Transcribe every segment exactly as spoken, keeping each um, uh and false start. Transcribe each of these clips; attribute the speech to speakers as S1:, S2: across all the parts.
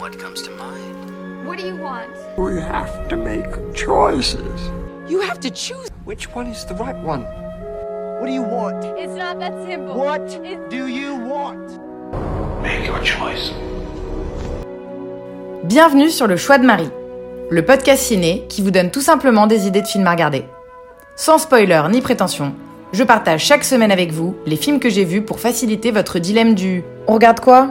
S1: what comes to mind?
S2: What do you want?
S3: We have to make choices.
S4: You have to choose.
S3: Which one is the right one? What do you want?
S2: It's not that simple.
S3: What
S2: It's...
S3: do you want?
S1: Make your choice.
S5: Bienvenue sur Le Choix de Marie, le podcast ciné qui vous donne tout simplement des idées de films à regarder. Sans spoiler ni prétention, je partage chaque semaine avec vous les films que j'ai vus pour faciliter votre dilemme du « on regarde quoi ?»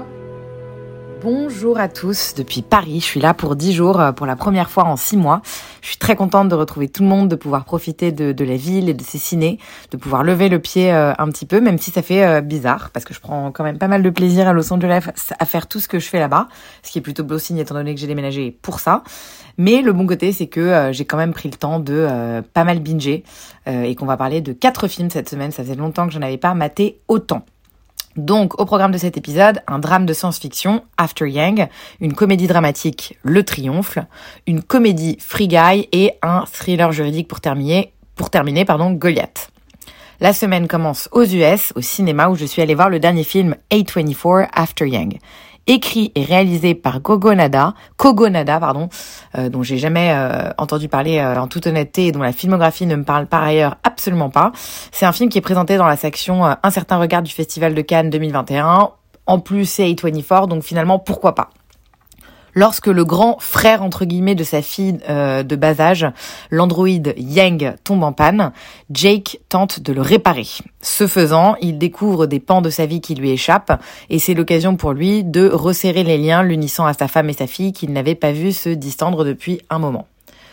S5: Bonjour à tous, depuis Paris, je suis là pour dix jours, pour la première fois en six mois. Je suis très contente de retrouver tout le monde, de pouvoir profiter de, de la ville et de ses cinés, de pouvoir lever le pied euh, un petit peu, même si ça fait euh, bizarre, parce que je prends quand même pas mal de plaisir à Los Angeles à faire tout ce que je fais là-bas, ce qui est plutôt beau signe étant donné que j'ai déménagé pour ça. Mais le bon côté, c'est que euh, j'ai quand même pris le temps de euh, pas mal binger euh, et qu'on va parler de quatre films cette semaine. Ça faisait longtemps que j'en avais pas maté autant. Donc, au programme de cet épisode, un drame de science-fiction, After Yang, une comédie dramatique, Le Triomphe, une comédie Free Guy et un thriller juridique pour terminer, pour terminer, pardon, Goliath. La semaine commence aux U S, au cinéma, où je suis allée voir le dernier film A vingt-quatre, After Yang. Écrit et réalisé par Gogo Nada, Kogo Nada, pardon, euh, dont j'ai jamais euh, entendu parler euh, en toute honnêteté et dont la filmographie ne me parle par ailleurs absolument pas. C'est un film qui est présenté dans la section euh, Un certain regard du Festival de Cannes deux mille vingt et un. En plus, c'est A vingt-quatre, donc finalement, pourquoi pas. Lorsque le grand frère, entre guillemets, de sa fille euh, de bas âge, l'androïde Yang, tombe en panne, Jake tente de le réparer. Ce faisant, il découvre des pans de sa vie qui lui échappent et c'est l'occasion pour lui de resserrer les liens l'unissant à sa femme et sa fille qu'il n'avait pas vu se distendre depuis un moment.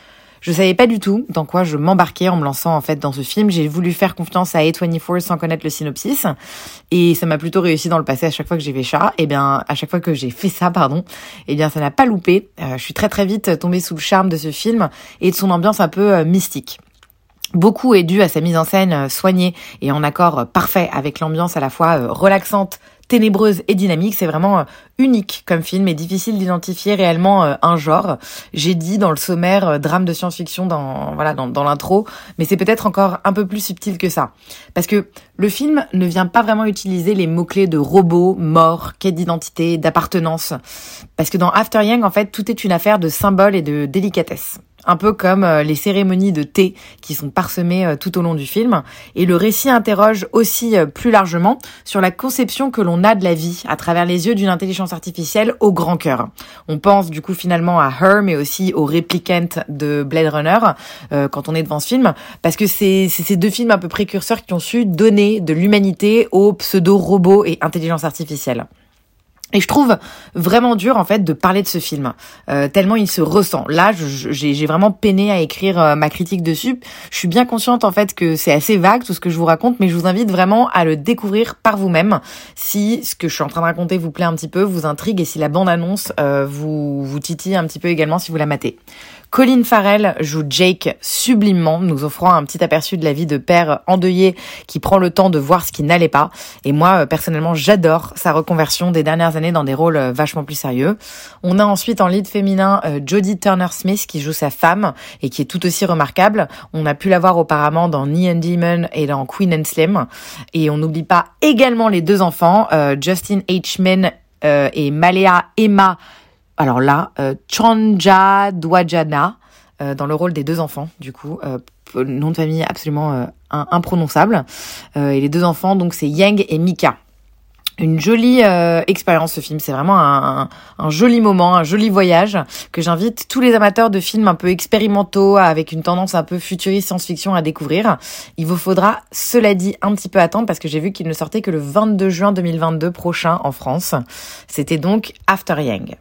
S5: Je savais pas du tout dans quoi je m'embarquais en me lançant en fait dans ce film. J'ai voulu faire confiance à A vingt-quatre sans connaître le synopsis et ça m'a plutôt réussi dans le passé à chaque fois que j'ai fait ça. Et bien à chaque fois que j'ai fait ça, pardon, et bien ça n'a pas loupé. Euh, je suis très très vite tombée sous le charme de ce film et de son ambiance un peu euh, mystique. Beaucoup est dû à sa mise en scène soignée et en accord parfait avec l'ambiance à la fois euh, relaxante, ténébreuse et dynamique. C'est vraiment euh, unique comme film et difficile d'identifier réellement euh, un genre. J'ai dit dans le sommaire euh, drame de science-fiction dans voilà dans, dans l'intro, mais c'est peut-être encore un peu plus subtil que ça. Parce que le film ne vient pas vraiment utiliser les mots-clés de robot, mort, quête d'identité, d'appartenance. Parce que dans After Yang, en fait, tout est une affaire de symboles et de délicatesse. Un peu comme euh, les cérémonies de thé qui sont parsemées euh, tout au long du film. Et le récit interroge aussi euh, plus largement sur la conception que l'on a de la vie à travers les yeux d'une intelligence artificielle au grand cœur. On pense du coup finalement à Her, mais aussi au Replicant de Blade Runner euh, quand on est devant ce film, parce que c'est, c'est ces deux films un peu précurseurs qui ont su donner de l'humanité aux pseudo-robots et intelligence artificielle. Et je trouve vraiment dur en fait de parler de ce film, euh, tellement il se ressent. Là, je, j'ai, j'ai vraiment peiné à écrire euh, ma critique dessus. Je suis bien consciente en fait que c'est assez vague tout ce que je vous raconte, mais je vous invite vraiment à le découvrir par vous-même. Si ce que je suis en train de raconter vous plaît un petit peu, vous intrigue et si la bande-annonce euh, vous vous titille un petit peu également si vous la matez. Colin Farrell joue Jake sublimement, nous offrant un petit aperçu de la vie de père endeuillé qui prend le temps de voir ce qui n'allait pas. Et moi, personnellement, j'adore sa reconversion des dernières années dans des rôles vachement plus sérieux. On a ensuite en lead féminin euh, Jodie Turner-Smith qui joue sa femme et qui est tout aussi remarquable. On a pu la voir auparavant dans Neon Demon et dans Queen and Slim. Et on n'oublie pas également les deux enfants, euh, Justin H. Min euh, et Malaya Emma. Alors là, euh, Chanja Dwajana, euh, dans le rôle des deux enfants, du coup, euh, nom de famille absolument euh, imprononçable. Euh, et les deux enfants, donc c'est Yang et Mika. Une jolie euh, expérience ce film, c'est vraiment un, un, un joli moment, un joli voyage que j'invite tous les amateurs de films un peu expérimentaux avec une tendance un peu futuriste science-fiction à découvrir. Il vous faudra, cela dit, un petit peu attendre parce que j'ai vu qu'il ne sortait que le vingt-deux juin deux mille vingt-deux prochain en France. C'était donc After Yang.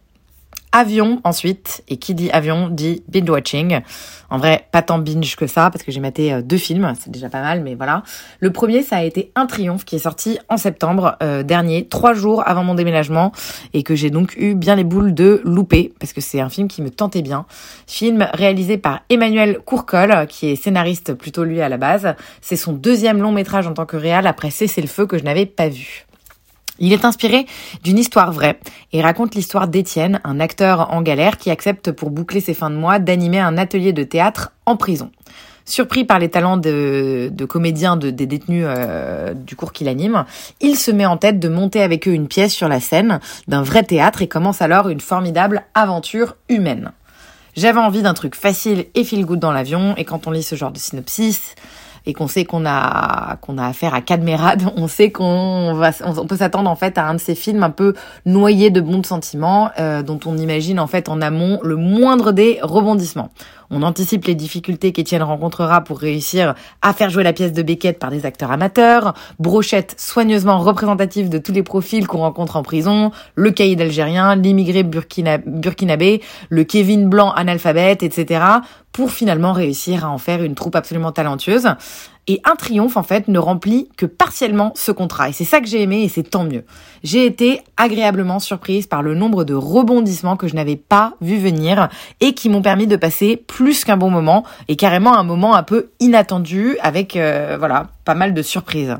S5: Avion ensuite, et qui dit avion dit binge-watching. En vrai, pas tant binge que ça, parce que j'ai maté euh, deux films, c'est déjà pas mal, mais voilà. Le premier, ça a été Un Triomphe, qui est sorti en septembre euh, dernier, trois jours avant mon déménagement, et que j'ai donc eu bien les boules de louper, parce que c'est un film qui me tentait bien. Film réalisé par Emmanuel Courcol, qui est scénariste plutôt lui à la base. C'est son deuxième long métrage en tant que réal, après Cessez-le-feu, que je n'avais pas vu. Il est inspiré d'une histoire vraie et raconte l'histoire d'Étienne, un acteur en galère qui accepte pour boucler ses fins de mois d'animer un atelier de théâtre en prison. Surpris par les talents de, de comédiens de, des détenus euh, du cours qu'il anime, il se met en tête de monter avec eux une pièce sur la scène d'un vrai théâtre et commence alors une formidable aventure humaine. J'avais envie d'un truc facile et feel good dans l'avion, et quand on lit ce genre de synopsis et qu'on sait qu'on a qu'on a affaire à Cadmerade, on sait qu'on va on peut s'attendre en fait à un de ces films un peu noyés de bons sentiments euh, dont on imagine en fait en amont le moindre des rebondissements. On anticipe les difficultés qu'Étienne rencontrera pour réussir à faire jouer la pièce de Beckett par des acteurs amateurs, brochette soigneusement représentative de tous les profils qu'on rencontre en prison, le caïd algérien, l'immigré burkina, burkinabé, le Kevin blanc analphabète, et cetera, pour finalement réussir à en faire une troupe absolument talentueuse. Et un triomphe, en fait, ne remplit que partiellement ce contrat. Et c'est ça que j'ai aimé et c'est tant mieux. J'ai été agréablement surprise par le nombre de rebondissements que je n'avais pas vu venir et qui m'ont permis de passer plus qu'un bon moment et carrément un moment un peu inattendu avec, euh, voilà, pas mal de surprises.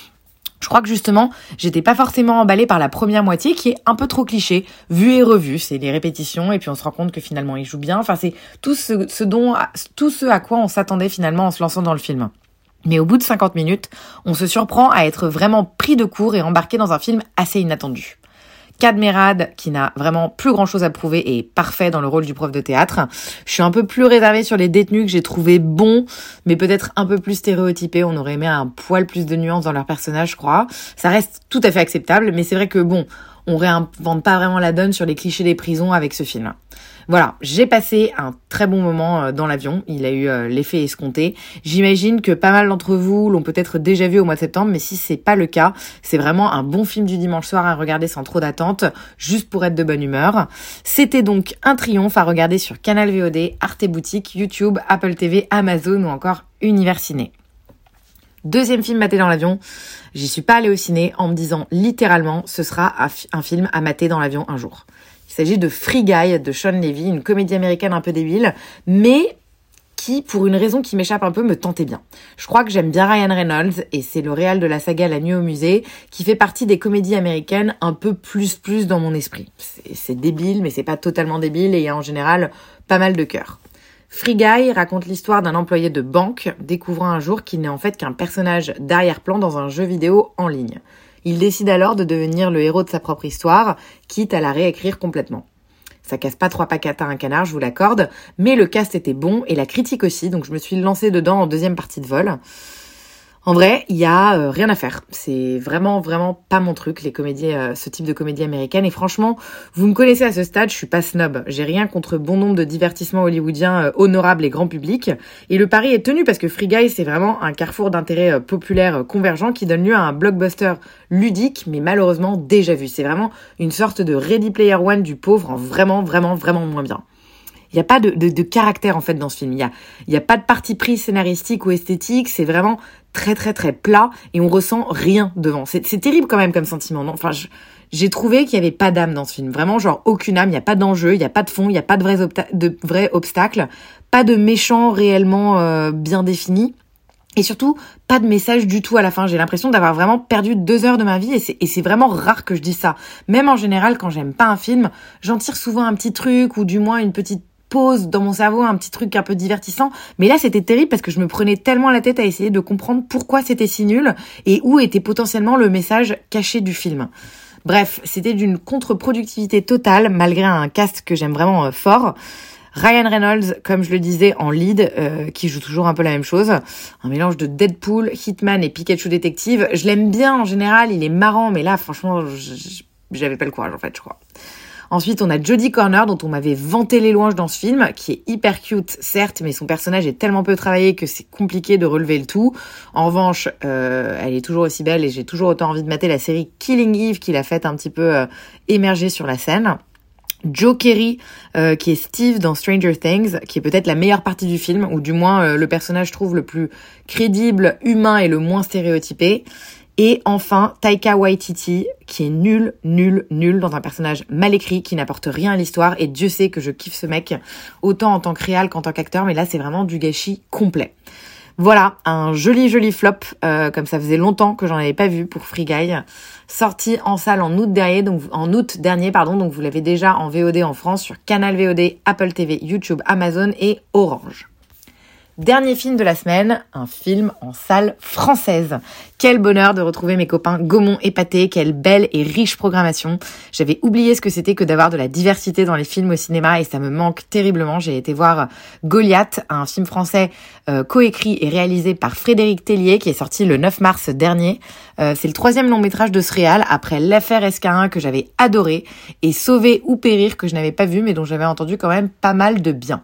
S5: Je crois que justement, j'étais pas forcément emballée par la première moitié qui est un peu trop cliché, vue et revue. C'est les répétitions et puis on se rend compte que finalement il joue bien. Enfin, c'est tout ce, ce dont, tout ce à quoi on s'attendait finalement en se lançant dans le film. Mais au bout de cinquante minutes, on se surprend à être vraiment pris de court et embarqué dans un film assez inattendu. Cadmerade, qui n'a vraiment plus grand-chose à prouver, est parfait dans le rôle du prof de théâtre. Je suis un peu plus réservée sur les détenus que j'ai trouvé bons, mais peut-être un peu plus stéréotypés. On aurait aimé un poil plus de nuances dans leur personnage, je crois. Ça reste tout à fait acceptable, mais c'est vrai que bon, on réinvente pas vraiment la donne sur les clichés des prisons avec ce film. Voilà, j'ai passé un très bon moment dans l'avion. Il a eu euh, l'effet escompté. J'imagine que pas mal d'entre vous l'ont peut-être déjà vu au mois de septembre, mais si c'est pas le cas, c'est vraiment un bon film du dimanche soir à regarder sans trop d'attente, juste pour être de bonne humeur. C'était donc un triomphe à regarder sur Canal V O D, Arte Boutique, YouTube, Apple T V, Amazon ou encore Univers Ciné. Deuxième film maté dans l'avion, j'y suis pas allée au ciné en me disant littéralement ce sera un film à mater dans l'avion un jour. Il s'agit de Free Guy de Sean Levy, une comédie américaine un peu débile, mais qui, pour une raison qui m'échappe un peu, me tentait bien. Je crois que j'aime bien Ryan Reynolds, et c'est le réal de la saga La Nuit au musée, qui fait partie des comédies américaines un peu plus plus dans mon esprit. C'est, c'est débile, mais c'est pas totalement débile, et il y a en général pas mal de cœur. Free Guy raconte l'histoire d'un employé de banque découvrant un jour qu'il n'est en fait qu'un personnage d'arrière-plan dans un jeu vidéo en ligne. Il décide alors de devenir le héros de sa propre histoire, quitte à la réécrire complètement. Ça casse pas trois pattes à un canard, je vous l'accorde, mais le cast était bon et la critique aussi, donc je me suis lancée dedans en deuxième partie de vol. En vrai, il y a euh, rien à faire. C'est vraiment, vraiment pas mon truc, les comédies, euh, ce type de comédie américaine. Et franchement, vous me connaissez à ce stade, je suis pas snob. J'ai rien contre bon nombre de divertissements hollywoodiens euh, honorables et grand public. Et le pari est tenu parce que Free Guy, c'est vraiment un carrefour d'intérêts euh, populaires euh, convergents qui donne lieu à un blockbuster ludique, mais malheureusement déjà vu. C'est vraiment une sorte de Ready Player One du pauvre en vraiment, vraiment, vraiment moins bien. Il n'y a pas de, de, de caractère en fait dans ce film. Il y a, il y a pas de parti pris scénaristique ou esthétique. C'est vraiment très très très plat et on ressent rien devant. C'est, c'est terrible quand même comme sentiment, non ? Enfin, je, j'ai trouvé qu'il n'y avait pas d'âme dans ce film. Vraiment, genre aucune âme. Il n'y a pas d'enjeu, il n'y a pas de fond, il n'y a pas de vrais, obta- de vrais obstacles, pas de méchants réellement euh, bien définis. Et surtout, pas de message du tout à la fin. J'ai l'impression d'avoir vraiment perdu deux heures de ma vie et c'est, et c'est vraiment rare que je dise ça. Même en général, quand j'aime pas un film, j'en tire souvent un petit truc ou du moins une petite pause dans mon cerveau, un petit truc un peu divertissant. Mais là, c'était terrible parce que je me prenais tellement la tête à essayer de comprendre pourquoi c'était si nul et où était potentiellement le message caché du film. Bref, c'était d'une contre-productivité totale malgré un cast que j'aime vraiment euh, fort. Ryan Reynolds, comme je le disais, en lead, euh, qui joue toujours un peu la même chose. Un mélange de Deadpool, Hitman et Pikachu Détective. Je l'aime bien en général, il est marrant, mais là, franchement, j'avais pas le courage en fait, je crois. Ensuite, on a Jodie Corner, dont on m'avait vanté les louanges dans ce film, qui est hyper cute, certes, mais son personnage est tellement peu travaillé que c'est compliqué de relever le tout. En revanche, euh, elle est toujours aussi belle et j'ai toujours autant envie de mater la série Killing Eve qui l'a fait un petit peu euh, émerger sur la scène. Joe Keery, euh, qui est Steve dans Stranger Things, qui est peut-être la meilleure partie du film, ou du moins euh, le personnage, je trouve, le plus crédible, humain et le moins stéréotypé. Et enfin, Taika Waititi, qui est nul, nul, nul dans un personnage mal écrit, qui n'apporte rien à l'histoire, et Dieu sait que je kiffe ce mec, autant en tant que réal qu'en tant qu'acteur, mais là c'est vraiment du gâchis complet. Voilà, un joli joli flop, euh, comme ça faisait longtemps que j'en avais pas vu pour Free Guy, sorti en salle en août dernier, donc en août dernier pardon, donc vous l'avez déjà en V O D en France sur Canal V O D, Apple T V, YouTube, Amazon et Orange. Dernier film de la semaine, un film en salle française. Quel bonheur de retrouver mes copains Gaumont et Pathé, quelle belle et riche programmation. J'avais oublié ce que c'était que d'avoir de la diversité dans les films au cinéma et ça me manque terriblement. J'ai été voir Goliath, un film français euh, coécrit et réalisé par Frédéric Tellier qui est sorti le neuf mars dernier. Euh, c'est le troisième long métrage de ce réal après L'affaire S K un que j'avais adoré et Sauver ou périr que je n'avais pas vu mais dont j'avais entendu quand même pas mal de bien.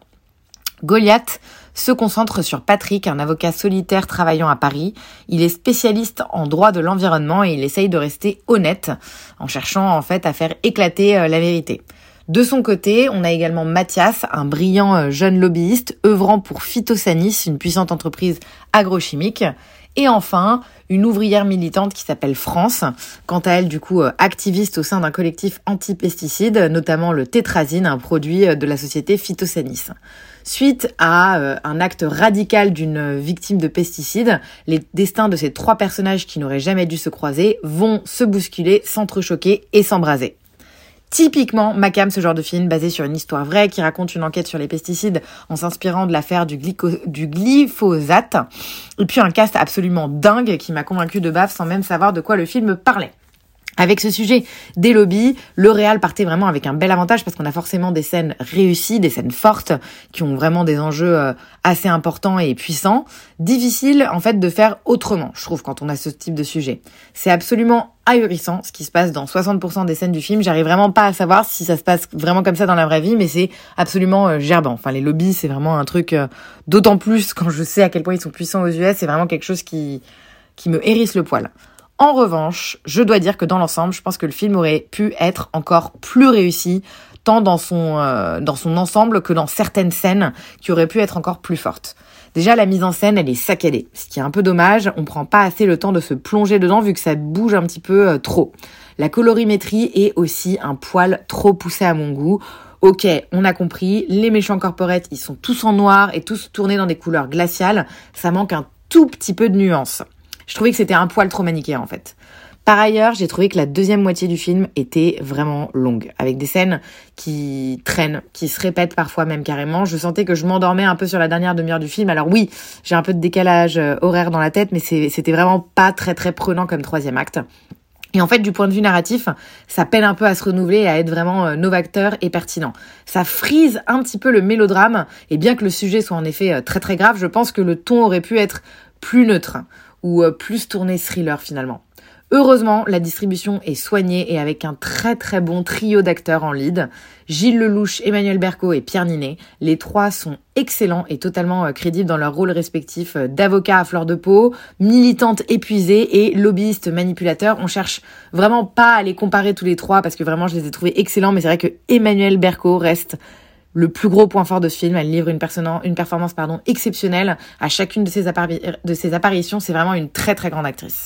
S5: Goliath se concentre sur Patrick, un avocat solitaire travaillant à Paris. Il est spécialiste en droit de l'environnement et il essaye de rester honnête en cherchant en fait à faire éclater la vérité. De son côté, on a également Mathias, un brillant jeune lobbyiste œuvrant pour Phytosanis, une puissante entreprise agrochimique. Et enfin, une ouvrière militante qui s'appelle France, quant à elle, du coup, activiste au sein d'un collectif anti-pesticides, notamment le tétrazine, un produit de la société Phytosanis. Suite à euh, un acte radical d'une victime de pesticides, les destins de ces trois personnages qui n'auraient jamais dû se croiser vont se bousculer, s'entrechoquer et s'embraser. Typiquement, Macam, ce genre de film basé sur une histoire vraie qui raconte une enquête sur les pesticides en s'inspirant de l'affaire du, glyco- du glyphosate. Et puis un cast absolument dingue qui m'a convaincu de baffe sans même savoir de quoi le film parlait. Avec ce sujet des lobbies, le réal partait vraiment avec un bel avantage parce qu'on a forcément des scènes réussies, des scènes fortes qui ont vraiment des enjeux assez importants et puissants. Difficile en fait de faire autrement, je trouve, quand on a ce type de sujet. C'est absolument ahurissant ce qui se passe dans soixante pour cent des scènes du film. J'arrive vraiment pas à savoir si ça se passe vraiment comme ça dans la vraie vie, mais c'est absolument gerbant. Enfin, les lobbies, c'est vraiment un truc, d'autant plus quand je sais à quel point ils sont puissants aux U S, c'est vraiment quelque chose qui, qui me hérisse le poil. En revanche, je dois dire que dans l'ensemble, je pense que le film aurait pu être encore plus réussi, tant dans son euh, dans son ensemble que dans certaines scènes qui auraient pu être encore plus fortes. Déjà, la mise en scène, elle est saccadée, ce qui est un peu dommage. On prend pas assez le temps de se plonger dedans vu que ça bouge un petit peu euh, trop. La colorimétrie est aussi un poil trop poussé à mon goût. Ok, on a compris, les méchants corporates, ils sont tous en noir et tous tournés dans des couleurs glaciales. Ça manque un tout petit peu de nuance. Je trouvais que c'était un poil trop manichéen en fait. Par ailleurs, j'ai trouvé que la deuxième moitié du film était vraiment longue, avec des scènes qui traînent, qui se répètent parfois même carrément. Je sentais que je m'endormais un peu sur la dernière demi-heure du film. Alors oui, j'ai un peu de décalage horaire dans la tête, mais c'est, c'était vraiment pas très très prenant comme troisième acte. Et en fait, du point de vue narratif, ça peine un peu à se renouveler et à être vraiment novateur et pertinent. Ça frise un petit peu le mélodrame, et bien que le sujet soit en effet très très grave, je pense que le ton aurait pu être plus neutre ou plus tourné thriller finalement. Heureusement, la distribution est soignée et avec un très très bon trio d'acteurs en lead. Gilles Lelouch, Emmanuel Berco et Pierre Ninet. Les trois sont excellents et totalement crédibles dans leurs rôles respectifs d'avocat à fleur de peau, militante épuisée et lobbyiste manipulateur. On cherche vraiment pas à les comparer tous les trois parce que vraiment je les ai trouvés excellents, mais c'est vrai que Emmanuel Berco reste le plus gros point fort de ce film. Elle livre une, personne, une performance pardon, exceptionnelle à chacune de ses, appari- de ses apparitions. C'est vraiment une très très grande actrice.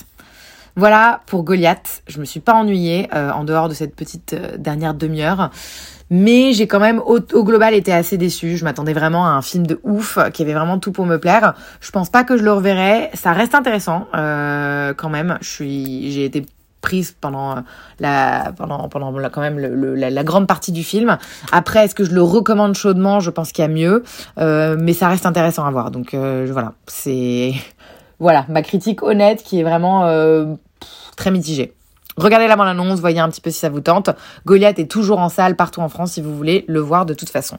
S5: Voilà pour Goliath. Je me suis pas ennuyée euh, en dehors de cette petite euh, dernière demi-heure. Mais j'ai quand même au, au global été assez déçue. Je m'attendais vraiment à un film de ouf qui avait vraiment tout pour me plaire. Je pense pas que je le reverrai. Ça reste intéressant euh, quand même. Je suis, j'ai été prise pendant la pendant pendant la, quand même le, le, la, la grande partie du film. Après, est-ce que je le recommande chaudement? Je pense qu'il y a mieux, euh, mais ça reste intéressant à voir. Donc euh, voilà, c'est voilà ma critique honnête qui est vraiment euh, pff, très mitigée. Regardez la bande-annonce, voyez un petit peu si ça vous tente. Goliath est toujours en salle partout en France si vous voulez le voir de toute façon.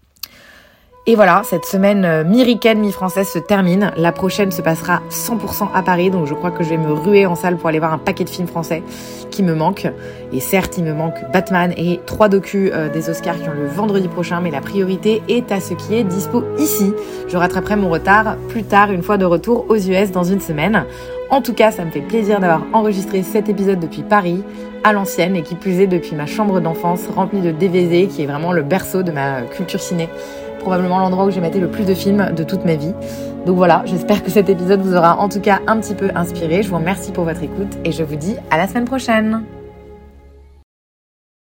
S5: Et voilà, cette semaine mi-ricaine, mi-française se termine. La prochaine se passera cent pour cent à Paris, donc je crois que je vais me ruer en salle pour aller voir un paquet de films français qui me manquent. Et certes, il me manque Batman et trois docus euh, des Oscars qui ont le vendredi prochain, mais la priorité est à ce qui est dispo ici. Je rattraperai mon retard plus tard, une fois de retour aux U S dans une semaine. En tout cas, ça me fait plaisir d'avoir enregistré cet épisode depuis Paris, à l'ancienne, et qui plus est depuis ma chambre d'enfance remplie de D V D, qui est vraiment le berceau de ma culture ciné. Probablement l'endroit où j'ai maté le plus de films de toute ma vie. Donc voilà, j'espère que cet épisode vous aura en tout cas un petit peu inspiré. Je vous remercie pour votre écoute et je vous dis à la semaine prochaine.